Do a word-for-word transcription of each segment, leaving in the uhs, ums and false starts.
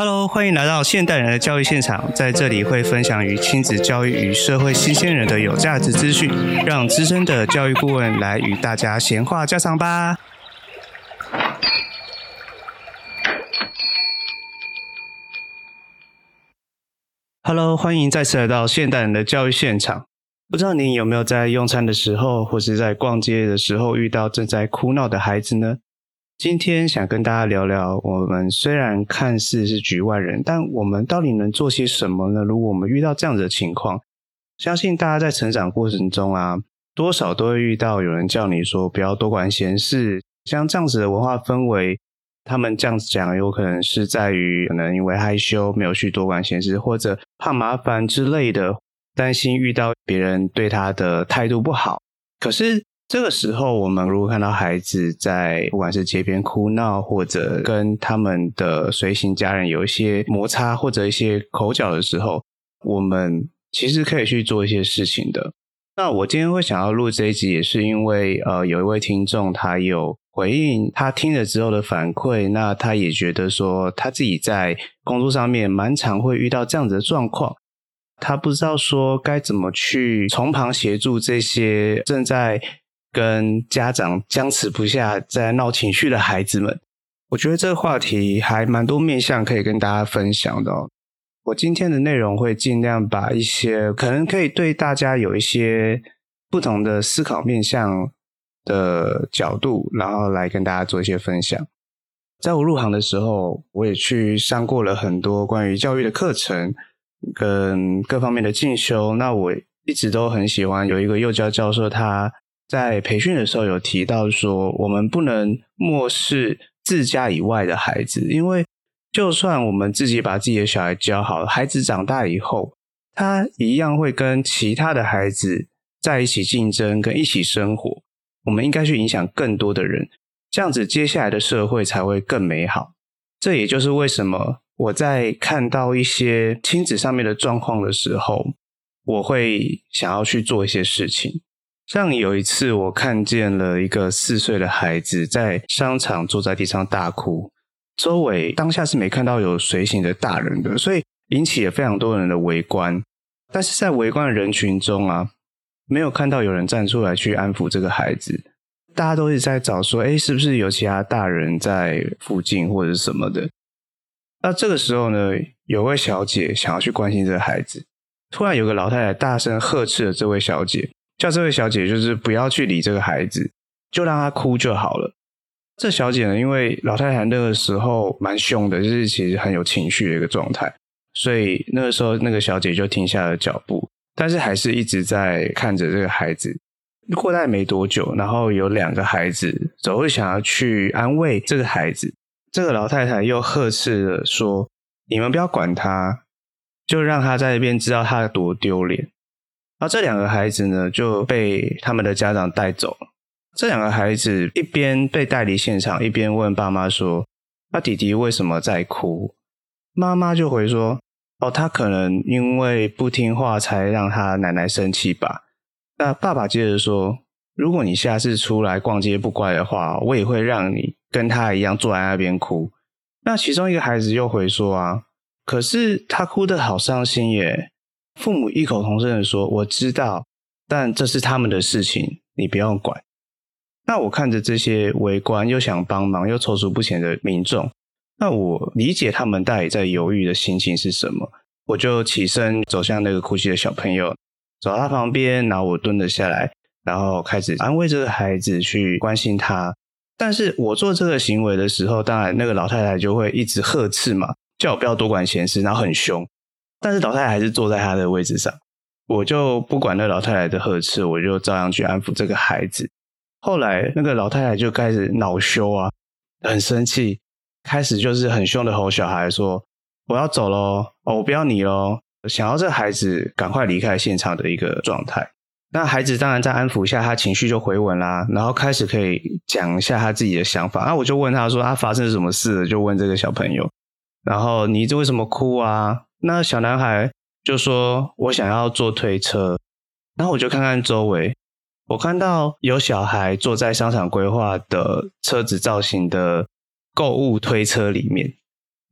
Hello， 欢迎来到现代人的教育现场，在这里会分享与亲子教育与社会新鲜人的有价值资讯，让资深的教育顾问来与大家闲话家常吧。Hello， 欢迎再次来到现代人的教育现场。不知道您有没有在用餐的时候，或是在逛街的时候遇到正在哭闹的孩子呢？今天想跟大家聊聊，我们虽然看似是局外人，但我们到底能做些什么呢？如果我们遇到这样子的情况，相信大家在成长过程中啊，多少都会遇到有人叫你说不要多管闲事，像这样子的文化氛围，他们这样子讲有可能是在于可能因为害羞没有去多管闲事，或者怕麻烦之类的，担心遇到别人对他的态度不好。可是这个时候我们如果看到孩子在不管是街边哭闹，或者跟他们的随行家人有一些摩擦或者一些口角的时候，我们其实可以去做一些事情的。那我今天会想要录这一集也是因为呃，有一位听众他有回应他听了之后的反馈，那他也觉得说他自己在工作上面蛮常会遇到这样子的状况，他不知道说该怎么去从旁协助这些正在跟家长僵持不下在闹情绪的孩子们。我觉得这个话题还蛮多面向可以跟大家分享的哦。我今天的内容会尽量把一些可能可以对大家有一些不同的思考面向的角度，然后来跟大家做一些分享。在我入行的时候，我也去上过了很多关于教育的课程跟各方面的进修，那我一直都很喜欢有一个幼教教授，他在培训的时候有提到说，我们不能漠视自家以外的孩子，因为就算我们自己把自己的小孩教好了，孩子长大以后，他一样会跟其他的孩子在一起竞争跟一起生活，我们应该去影响更多的人，这样子接下来的社会才会更美好。这也就是为什么我在看到一些亲子上面的状况的时候，我会想要去做一些事情。像有一次我看见了一个四岁的孩子在商场坐在地上大哭，周围当下是没看到有随行的大人的，所以引起了非常多人的围观。但是在围观的人群中啊，没有看到有人站出来去安抚这个孩子，大家都一直在找说，诶，是不是有其他大人在附近或者是什么的。那这个时候呢，有位小姐想要去关心这个孩子，突然有个老太太大声呵斥了这位小姐，叫这位小姐就是不要去理这个孩子，就让他哭就好了。这小姐呢，因为老太太那个时候蛮凶的，就是其实很有情绪的一个状态，所以那个时候那个小姐就停下了脚步，但是还是一直在看着这个孩子。过大概没多久，然后有两个孩子总会想要去安慰这个孩子，这个老太太又呵斥了说，你们不要管他，就让他在那边知道他有多丢脸。然后这两个孩子呢就被他们的家长带走了。这两个孩子一边被带离现场，一边问爸妈说，那弟弟为什么在哭？妈妈就回说，哦，他可能因为不听话才让他奶奶生气吧。那爸爸接着说，如果你下次出来逛街不乖的话，我也会让你跟他一样坐在那边哭。那其中一个孩子又回说啊，可是他哭得好伤心耶。父母异口同声的说，我知道，但这是他们的事情，你不用管。那我看着这些围观又想帮忙又踌躇不前的民众，那我理解他们到底在犹豫的心情是什么。我就起身走向那个哭泣的小朋友，走到他旁边，然后我蹲了下来，然后开始安慰这个孩子，去关心他。但是我做这个行为的时候，当然那个老太太就会一直呵斥嘛，叫我不要多管闲事，然后很凶。但是老太太还是坐在她的位置上，我就不管那老太太的呵斥，我就照样去安抚这个孩子。后来那个老太太就开始恼羞啊，很生气，开始就是很凶的吼小孩说，我要走咯，哦，我不要你咯，想要这孩子赶快离开现场的一个状态。那孩子当然在安抚下，他情绪就回稳啦，然后开始可以讲一下他自己的想法。那我就问他说，他、啊、发生什么事了，就问这个小朋友，然后你为什么哭啊？那小男孩就说，我想要坐推车。然后我就看看周围，我看到有小孩坐在商场规划的车子造型的购物推车里面，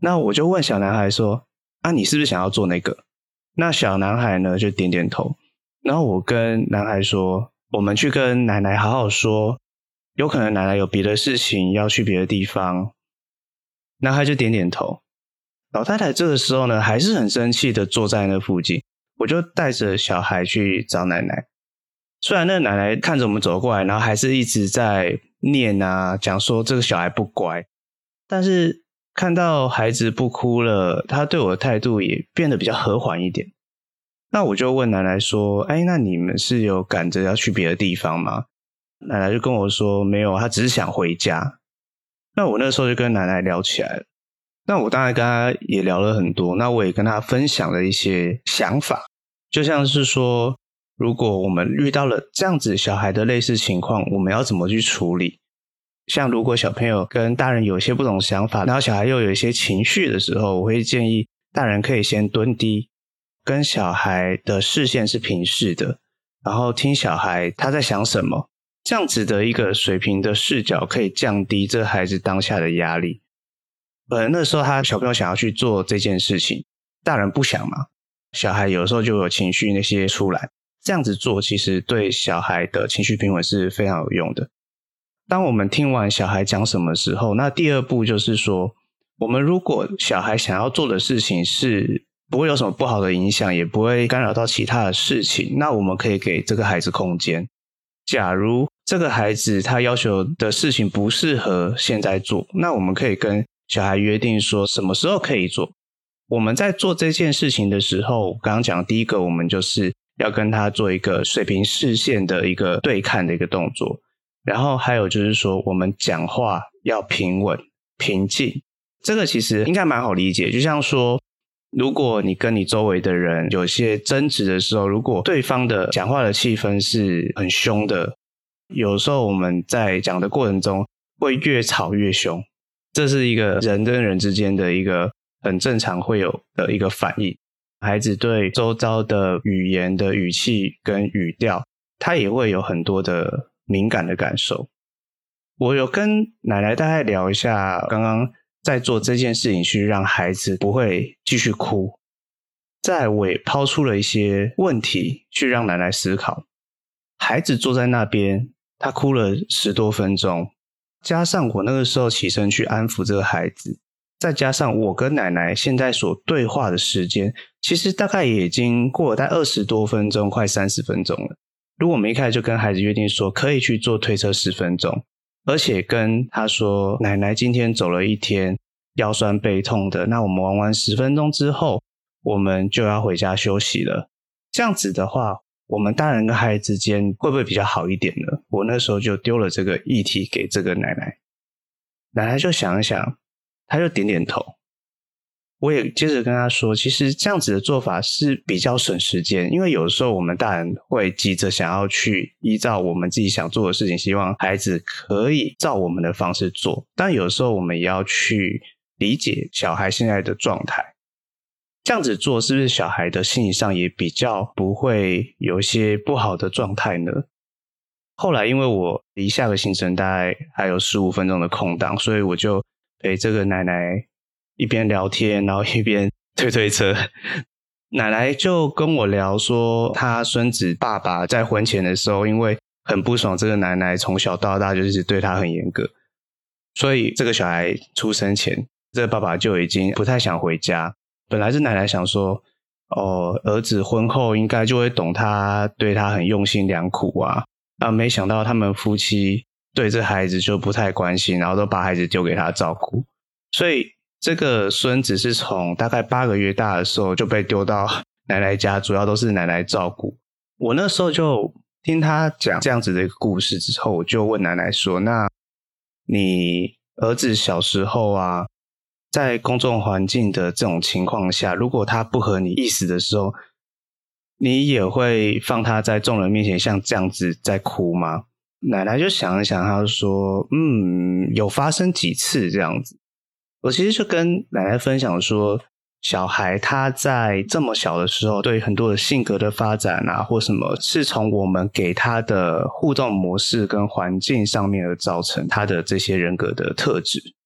那我就问小男孩说，啊，你是不是想要做那个？那小男孩呢就点点头。然后我跟男孩说，我们去跟奶奶好好说，有可能奶奶有别的事情要去别的地方。男孩就点点头。老太太这个时候呢还是很生气的坐在那附近，我就带着小孩去找奶奶。虽然那个奶奶看着我们走过来，然后还是一直在念啊，讲说这个小孩不乖，但是看到孩子不哭了，他对我的态度也变得比较和缓一点。那我就问奶奶说，哎，那你们是有赶着要去别的地方吗？奶奶就跟我说没有，她只是想回家。那我那时候就跟奶奶聊起来了。那我当然跟她也聊了很多，那我也跟她分享了一些想法，就像是说，如果我们遇到了这样子小孩的类似情况，我们要怎么去处理？像如果小朋友跟大人有一些不同想法，然后小孩又有一些情绪的时候，我会建议大人可以先蹲低，跟小孩的视线是平视的，然后听小孩他在想什么，这样子的一个水平的视角可以降低这孩子当下的压力。呃，那时候他小朋友想要去做这件事情，大人不想嘛，小孩有时候就有情绪那些出来，这样子做其实对小孩的情绪平稳是非常有用的。当我们听完小孩讲什么时候，那第二步就是说，我们如果小孩想要做的事情是不会有什么不好的影响，也不会干扰到其他的事情，那我们可以给这个孩子空间。假如这个孩子他要求的事情不适合现在做，那我们可以跟小孩约定说什么时候可以做。我们在做这件事情的时候，刚刚讲第一个，我们就是要跟他做一个水平视线的一个对看的一个动作，然后还有就是说我们讲话要平稳平静，这个其实应该蛮好理解。就像说如果你跟你周围的人有些争执的时候，如果对方的讲话的气氛是很凶的，有时候我们在讲的过程中会越吵越凶，这是一个人跟人之间的一个很正常会有的一个反应。孩子对周遭的语言的语气跟语调，他也会有很多的敏感的感受。我有跟奶奶大概聊一下刚刚在做这件事情去让孩子不会继续哭，再来我也抛出了一些问题去让奶奶思考。孩子坐在那边，他哭了十多分钟，加上我那个时候起身去安抚这个孩子，再加上我跟奶奶现在所对话的时间，其实大概也已经过了大概二十多分钟，快三十分钟了。如果我们一开始就跟孩子约定说可以去做推车十分钟，而且跟他说奶奶今天走了一天，腰酸背痛的，那我们玩完十分钟之后我们就要回家休息了，这样子的话我们大人跟孩子之间会不会比较好一点呢？我那时候就丢了这个议题给这个奶奶，奶奶就想一想，她就点点头。我也接着跟她说，其实这样子的做法是比较省时间，因为有时候我们大人会急着想要去依照我们自己想做的事情，希望孩子可以照我们的方式做，但有时候我们也要去理解小孩现在的状态，这样子做是不是小孩的心理上也比较不会有一些不好的状态呢？后来因为我离下个行程大概还有十五分钟的空档，所以我就陪这个奶奶一边聊天，然后一边推推车。奶奶就跟我聊说，她孙子爸爸在婚前的时候因为很不爽这个奶奶从小到大就是对她很严格，所以这个小孩出生前这个爸爸就已经不太想回家。本来是奶奶想说哦，儿子婚后应该就会懂他对他很用心良苦啊，啊，没想到他们夫妻对这孩子就不太关心，然后都把孩子丢给他照顾，所以这个孙子是从大概八个月大的时候就被丢到奶奶家，主要都是奶奶照顾。我那时候就听他讲这样子的一个故事之后，我就问奶奶说，那你儿子小时候啊在公众环境的这种情况下，如果他不合你意思的时候，你也会放他在众人面前像这样子在哭吗？奶奶就想一想，她说嗯，有发生几次这样子。我其实就跟奶奶分享说，小孩他在这么小的时候对很多的性格的发展啊或什么，是从我们给他的互动模式跟环境上面而造成他的这些人格的特质。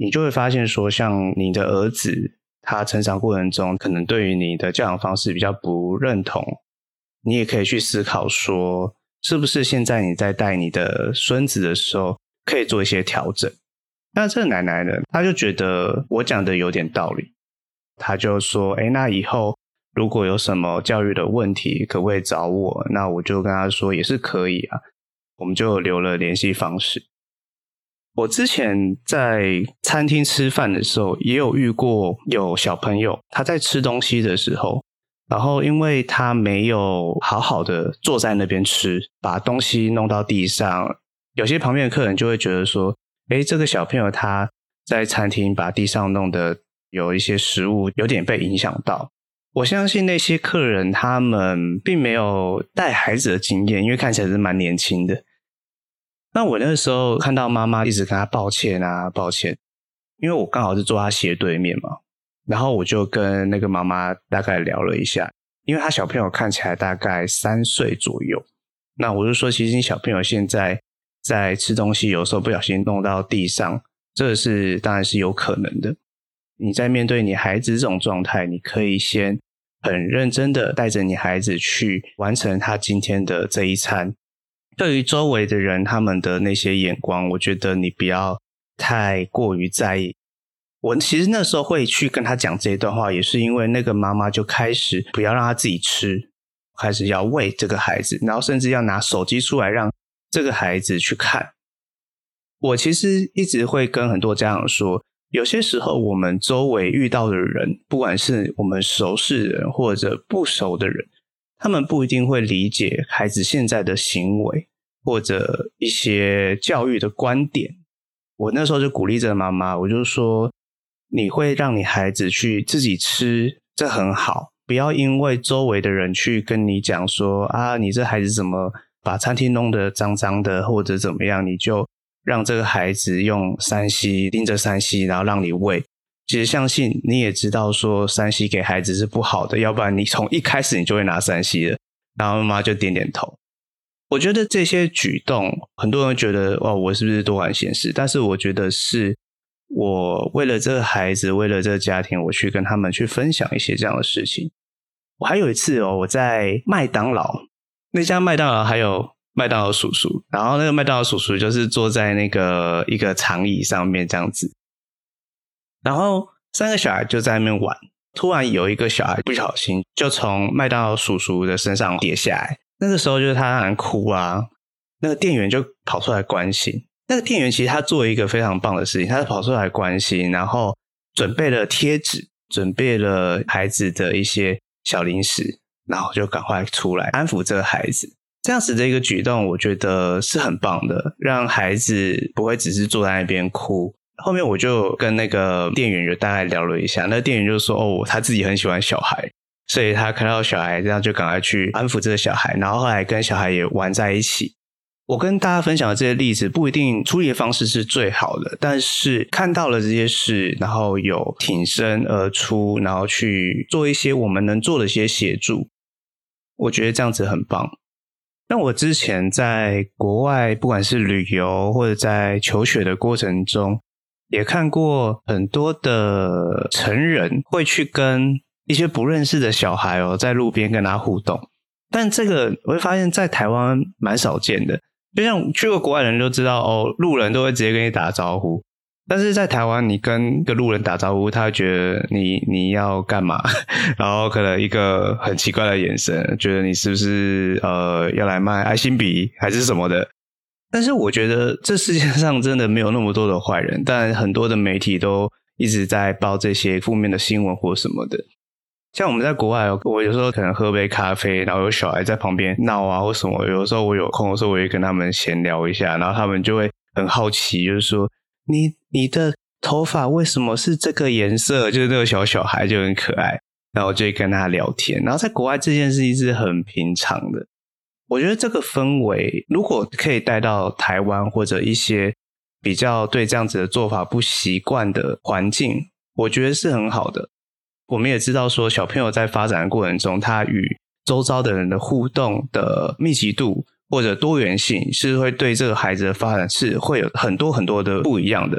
你就会发现说，像你的儿子他成长过程中可能对于你的教养方式比较不认同，你也可以去思考说，是不是现在你在带你的孙子的时候可以做一些调整。那这个奶奶呢，她就觉得我讲的有点道理，她就说诶，那以后如果有什么教育的问题可不可以找我，那我就跟她说也是可以啊，我们就留了联系方式。我之前在餐厅吃饭的时候也有遇过有小朋友他在吃东西的时候，然后因为他没有好好的坐在那边吃，把东西弄到地上，有些旁边的客人就会觉得说，诶，这个小朋友他在餐厅把地上弄得有一些食物有点被影响到。我相信那些客人他们并没有带孩子的经验，因为看起来是蛮年轻的。那我那个时候看到妈妈一直跟他抱歉啊抱歉，因为我刚好是坐他斜对面嘛，然后我就跟那个妈妈大概聊了一下，因为他小朋友看起来大概三岁左右，那我就说其实你小朋友现在在吃东西有时候不小心弄到地上，这是当然是有可能的。你在面对你孩子这种状态，你可以先很认真的带着你孩子去完成他今天的这一餐。对于周围的人他们的那些眼光，我觉得你不要太过于在意。我其实那时候会去跟他讲这一段话，也是因为那个妈妈就开始不要让他自己吃，开始要喂这个孩子，然后甚至要拿手机出来让这个孩子去看。我其实一直会跟很多家长说，有些时候我们周围遇到的人，不管是我们熟识的人或者不熟的人，他们不一定会理解孩子现在的行为或者一些教育的观点。我那时候就鼓励着妈妈，我就说你会让你孩子去自己吃，这很好，不要因为周围的人去跟你讲说啊，你这孩子怎么把餐厅弄得脏脏的或者怎么样，你就让这个孩子用三 C 盯着三 C 然后让你喂。其实相信你也知道说三 C 给孩子是不好的，要不然你从一开始你就会拿三 C 了。然后妈妈就点点头。我觉得这些举动很多人觉得哦，我是不是多管闲事，但是我觉得是我为了这个孩子为了这个家庭，我去跟他们去分享一些这样的事情。我还有一次哦，我在麦当劳，那家麦当劳还有麦当劳叔叔，然后那个麦当劳叔叔就是坐在那个一个长椅上面这样子，然后三个小孩就在那边玩，突然有一个小孩不小心就从麦当劳叔叔的身上跌下来，那个时候就是他很哭啊，那个店员就跑出来关心。那个店员其实他做一个非常棒的事情，他跑出来关心，然后准备了贴纸，准备了孩子的一些小零食，然后就赶快出来安抚这个孩子。这样子的一个举动我觉得是很棒的，让孩子不会只是坐在那边哭。后面我就跟那个店员就大概聊了一下，那个店员就说哦，他自己很喜欢小孩，所以他看到小孩这样就赶快去安抚这个小孩，然后后来跟小孩也玩在一起。我跟大家分享的这些例子不一定处理的方式是最好的，但是看到了这些事，然后有挺身而出，然后去做一些我们能做的一些协助，我觉得这样子很棒。那我之前在国外不管是旅游或者在求学的过程中，也看过很多的成人会去跟一些不认识的小孩哦，在路边跟他互动，但这个我会发现在台湾蛮少见的。就像去过国外的人都知道哦，路人都会直接跟你打招呼，但是在台湾你跟一个路人打招呼，他会觉得你你要干嘛，然后可能一个很奇怪的眼神，觉得你是不是呃要来卖爱心笔还是什么的。但是我觉得这世界上真的没有那么多的坏人，但很多的媒体都一直在报这些负面的新闻或什么的。像我们在国外，我有时候可能喝杯咖啡，然后有小孩在旁边闹啊或什么，有时候我有空的时候我也跟他们闲聊一下，然后他们就会很好奇，就是说你你的头发为什么是这个颜色，就是那个小小孩就很可爱，然后我就会跟他聊天。然后在国外这件事情是很平常的，我觉得这个氛围如果可以带到台湾或者一些比较对这样子的做法不习惯的环境，我觉得是很好的。我们也知道说小朋友在发展的过程中，他与周遭的人的互动的密集度或者多元性是会对这个孩子的发展是会有很多很多的不一样的。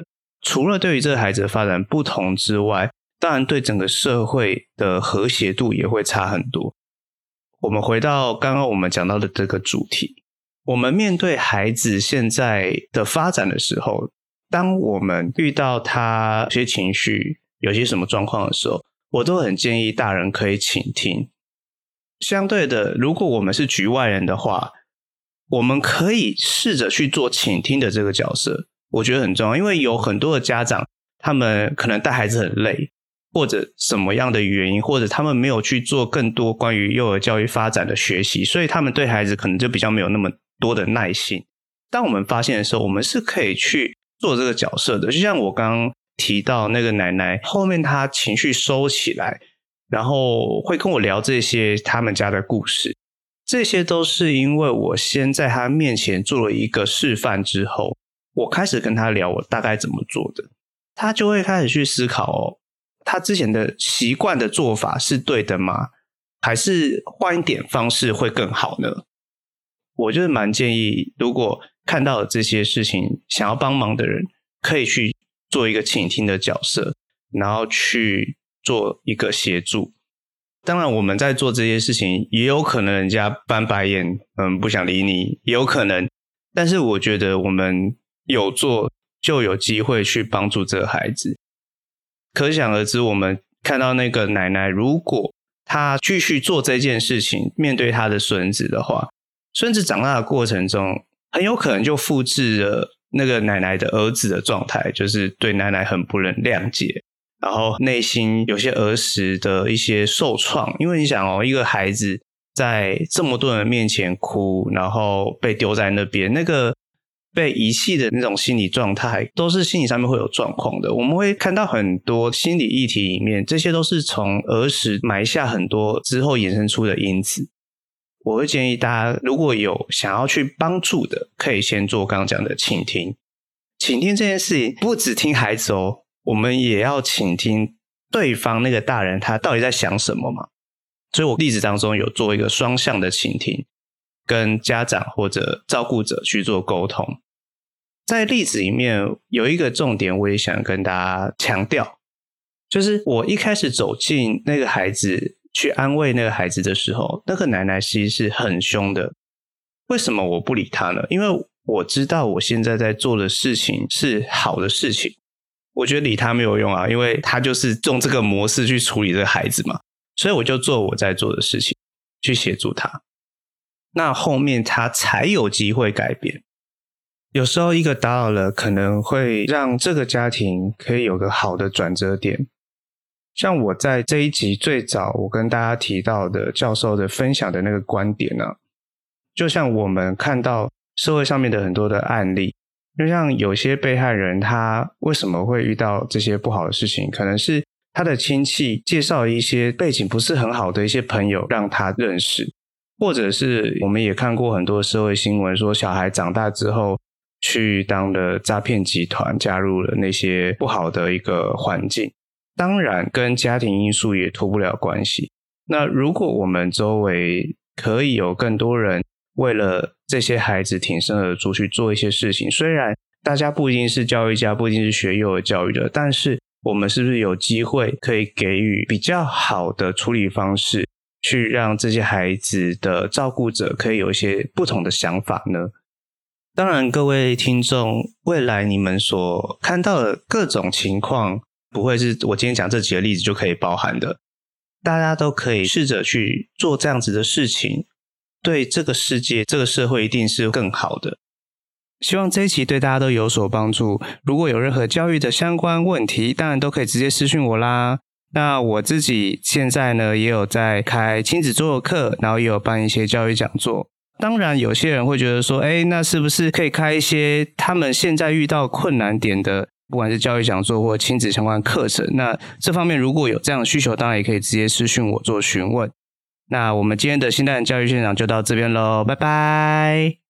除了对于这个孩子的发展不同之外，当然对整个社会的和谐度也会差很多。我们回到刚刚我们讲到的这个主题，我们面对孩子现在的发展的时候，当我们遇到他有些情绪有些什么状况的时候，我都很建议大人可以倾听。相对的，如果我们是局外人的话，我们可以试着去做倾听的这个角色，我觉得很重要。因为有很多的家长，他们可能带孩子很累，或者什么样的原因，或者他们没有去做更多关于幼儿教育发展的学习，所以他们对孩子可能就比较没有那么多的耐心。当我们发现的时候，我们是可以去做这个角色的。就像我刚刚提到那个奶奶，后面她情绪收起来，然后会跟我聊这些他们家的故事，这些都是因为我先在她面前做了一个示范之后，我开始跟她聊我大概怎么做的，她就会开始去思考哦，她之前的习惯的做法是对的吗？还是换一点方式会更好呢？我就是蛮建议，如果看到这些事情想要帮忙的人，可以去做一个倾听的角色，然后去做一个协助。当然我们在做这些事情也有可能人家翻白眼，嗯，不想理你，也有可能，但是我觉得我们有做就有机会去帮助这个孩子。可想而知，我们看到那个奶奶，如果她继续做这件事情，面对她的孙子的话，孙子长大的过程中很有可能就复制了那个奶奶的儿子的状态，就是对奶奶很不能谅解，然后内心有些儿时的一些受创。因为你想哦，一个孩子在这么多人面前哭，然后被丢在那边，那个被遗弃的那种心理状态，都是心理上面会有状况的。我们会看到很多心理议题里面，这些都是从儿时埋下很多之后衍生出的因子。我会建议大家，如果有想要去帮助的，可以先做刚刚讲的倾听。倾听这件事情不只听孩子哦，我们也要倾听对方那个大人他到底在想什么嘛。所以我例子当中有做一个双向的倾听，跟家长或者照顾者去做沟通。在例子里面有一个重点我也想跟大家强调，就是我一开始走进那个孩子去安慰那个孩子的时候，那个奶奶其实是很凶的。为什么我不理她呢？因为我知道我现在在做的事情是好的事情，我觉得理她没有用啊，因为她就是用这个模式去处理这个孩子嘛，所以我就做我在做的事情，去协助她。那后面她才有机会改变。有时候一个打扰了，可能会让这个家庭可以有个好的转折点。像我在这一集最早我跟大家提到的教授的分享的那个观点呢、啊，就像我们看到社会上面的很多的案例，就像有些被害人他为什么会遇到这些不好的事情，可能是他的亲戚介绍一些背景不是很好的一些朋友让他认识，或者是我们也看过很多社会新闻说小孩长大之后去当了诈骗集团，加入了那些不好的一个环境。当然跟家庭因素也脱不了关系。那如果我们周围可以有更多人为了这些孩子挺身而出去做一些事情，虽然大家不一定是教育家，不一定是学幼儿教育的，但是我们是不是有机会可以给予比较好的处理方式，去让这些孩子的照顾者可以有一些不同的想法呢？当然各位听众，未来你们所看到的各种情况不会是我今天讲这几个例子就可以包含的，大家都可以试着去做这样子的事情，对这个世界这个社会一定是更好的。希望这一期对大家都有所帮助。如果有任何教育的相关问题，当然都可以直接私讯我啦。那我自己现在呢也有在开亲子桌游课，然后也有办一些教育讲座。当然有些人会觉得说，诶，那是不是可以开一些他们现在遇到困难点的不管是教育讲座或亲子相关课程，那这方面如果有这样的需求，当然也可以直接私讯我做询问。那我们今天的新代人教育现场就到这边咯，拜拜。